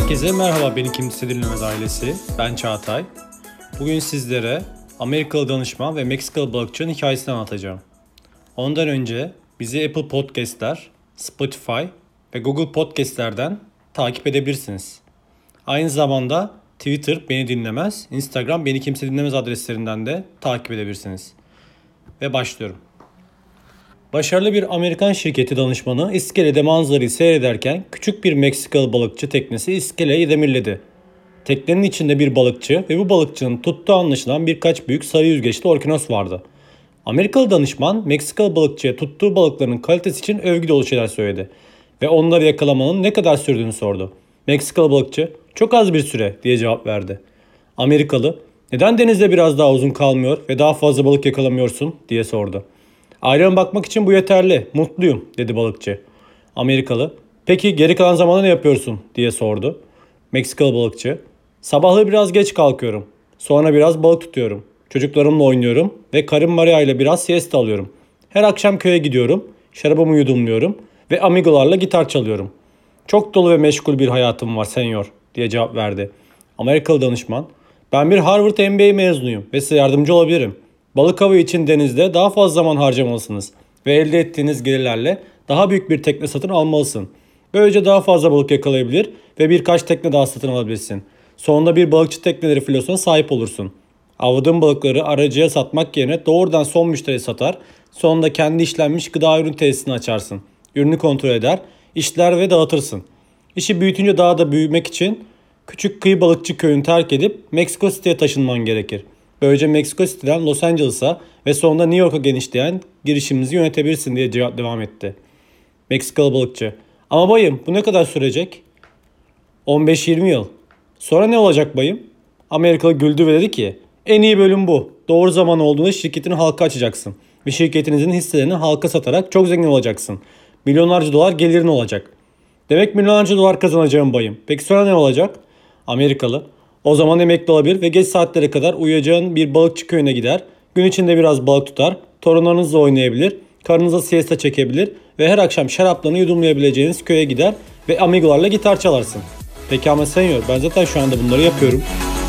Herkese merhaba, beni kimse dinlemez ailesi. Ben Çağatay. Bugün sizlere Amerikalı danışman ve Meksikalı balıkçının hikayesini anlatacağım. Ondan önce bizi Apple Podcast'ler, Spotify ve Google Podcast'lerden takip edebilirsiniz. Aynı zamanda Twitter beni dinlemez, Instagram beni kimse dinlemez adreslerinden de takip edebilirsiniz. Ve başlıyorum. Başarılı bir Amerikan şirketi danışmanı iskelede manzarayı seyrederken küçük bir Meksikalı balıkçı teknesi iskeleye demirledi. Teknenin içinde bir balıkçı ve bu balıkçının tuttuğu anlaşılan birkaç büyük sarı yüzgeçli orkinos vardı. Amerikalı danışman Meksikalı balıkçıya tuttuğu balıkların kalitesi için övgü dolu şeyler söyledi ve onları yakalamanın ne kadar sürdüğünü sordu. Meksikalı balıkçı "Çok az bir süre" diye cevap verdi. Amerikalı "Neden denizde biraz daha uzun kalmıyor ve daha fazla balık yakalamıyorsun?" diye sordu. "Aileme bakmak için bu yeterli, mutluyum" dedi balıkçı. Amerikalı "Peki geri kalan zamanda ne yapıyorsun?" diye sordu. Meksikalı balıkçı "Sabahları biraz geç kalkıyorum. Sonra biraz balık tutuyorum. Çocuklarımla oynuyorum ve karım Maria ile biraz siesta alıyorum. Her akşam köye gidiyorum, şarabımı yudumluyorum ve amigolarla gitar çalıyorum. Çok dolu ve meşgul bir hayatım var senyor" diye cevap verdi. Amerikalı danışman "Ben bir Harvard MBA mezunuyum ve size yardımcı olabilirim. Balık avı için denizde daha fazla zaman harcamalısınız ve elde ettiğiniz gelirlerle daha büyük bir tekne satın almalısın. Böylece daha fazla balık yakalayabilir ve birkaç tekne daha satın alabilirsin. Sonunda bir balıkçı tekneleri filosuna sahip olursun. Avladığın balıkları aracıya satmak yerine doğrudan son müşteriye satar, sonunda kendi işlenmiş gıda ürün tesisini açarsın. Ürünü kontrol eder, işler ve dağıtırsın. İşi büyütünce daha da büyümek için küçük kıyı balıkçı köyünü terk edip Meksiko City'ye taşınman gerekir. Böylece Meksiko City'den Los Angeles'a ve sonunda New York'a genişleyen girişimimizi yönetebilirsin diye devam etti. Meksikalı balıkçı "Ama bayım, bu ne kadar sürecek?" 15-20 yıl. "Sonra ne olacak bayım?" Amerikalı güldü ve dedi ki "En iyi bölüm bu. Doğru zaman olduğunda şirketini halka açacaksın. Ve şirketinizin hisselerini halka satarak çok zengin olacaksın. Milyonlarca dolar gelirin olacak." "Demek milyonlarca dolar kazanacağım bayım. Peki sonra ne olacak?" Amerikalı "O zaman emekli olabilir ve geç saatlere kadar uyuyacağın bir balıkçı köyüne gider. Gün içinde biraz balık tutar. Torunlarınızla oynayabilir. Karınıza siesta çekebilir. Ve her akşam şaraplarını yudumlayabileceğiniz köye gider ve amigolarla gitar çalarsın." "Peki ama senyor, ben zaten şu anda bunları yapıyorum."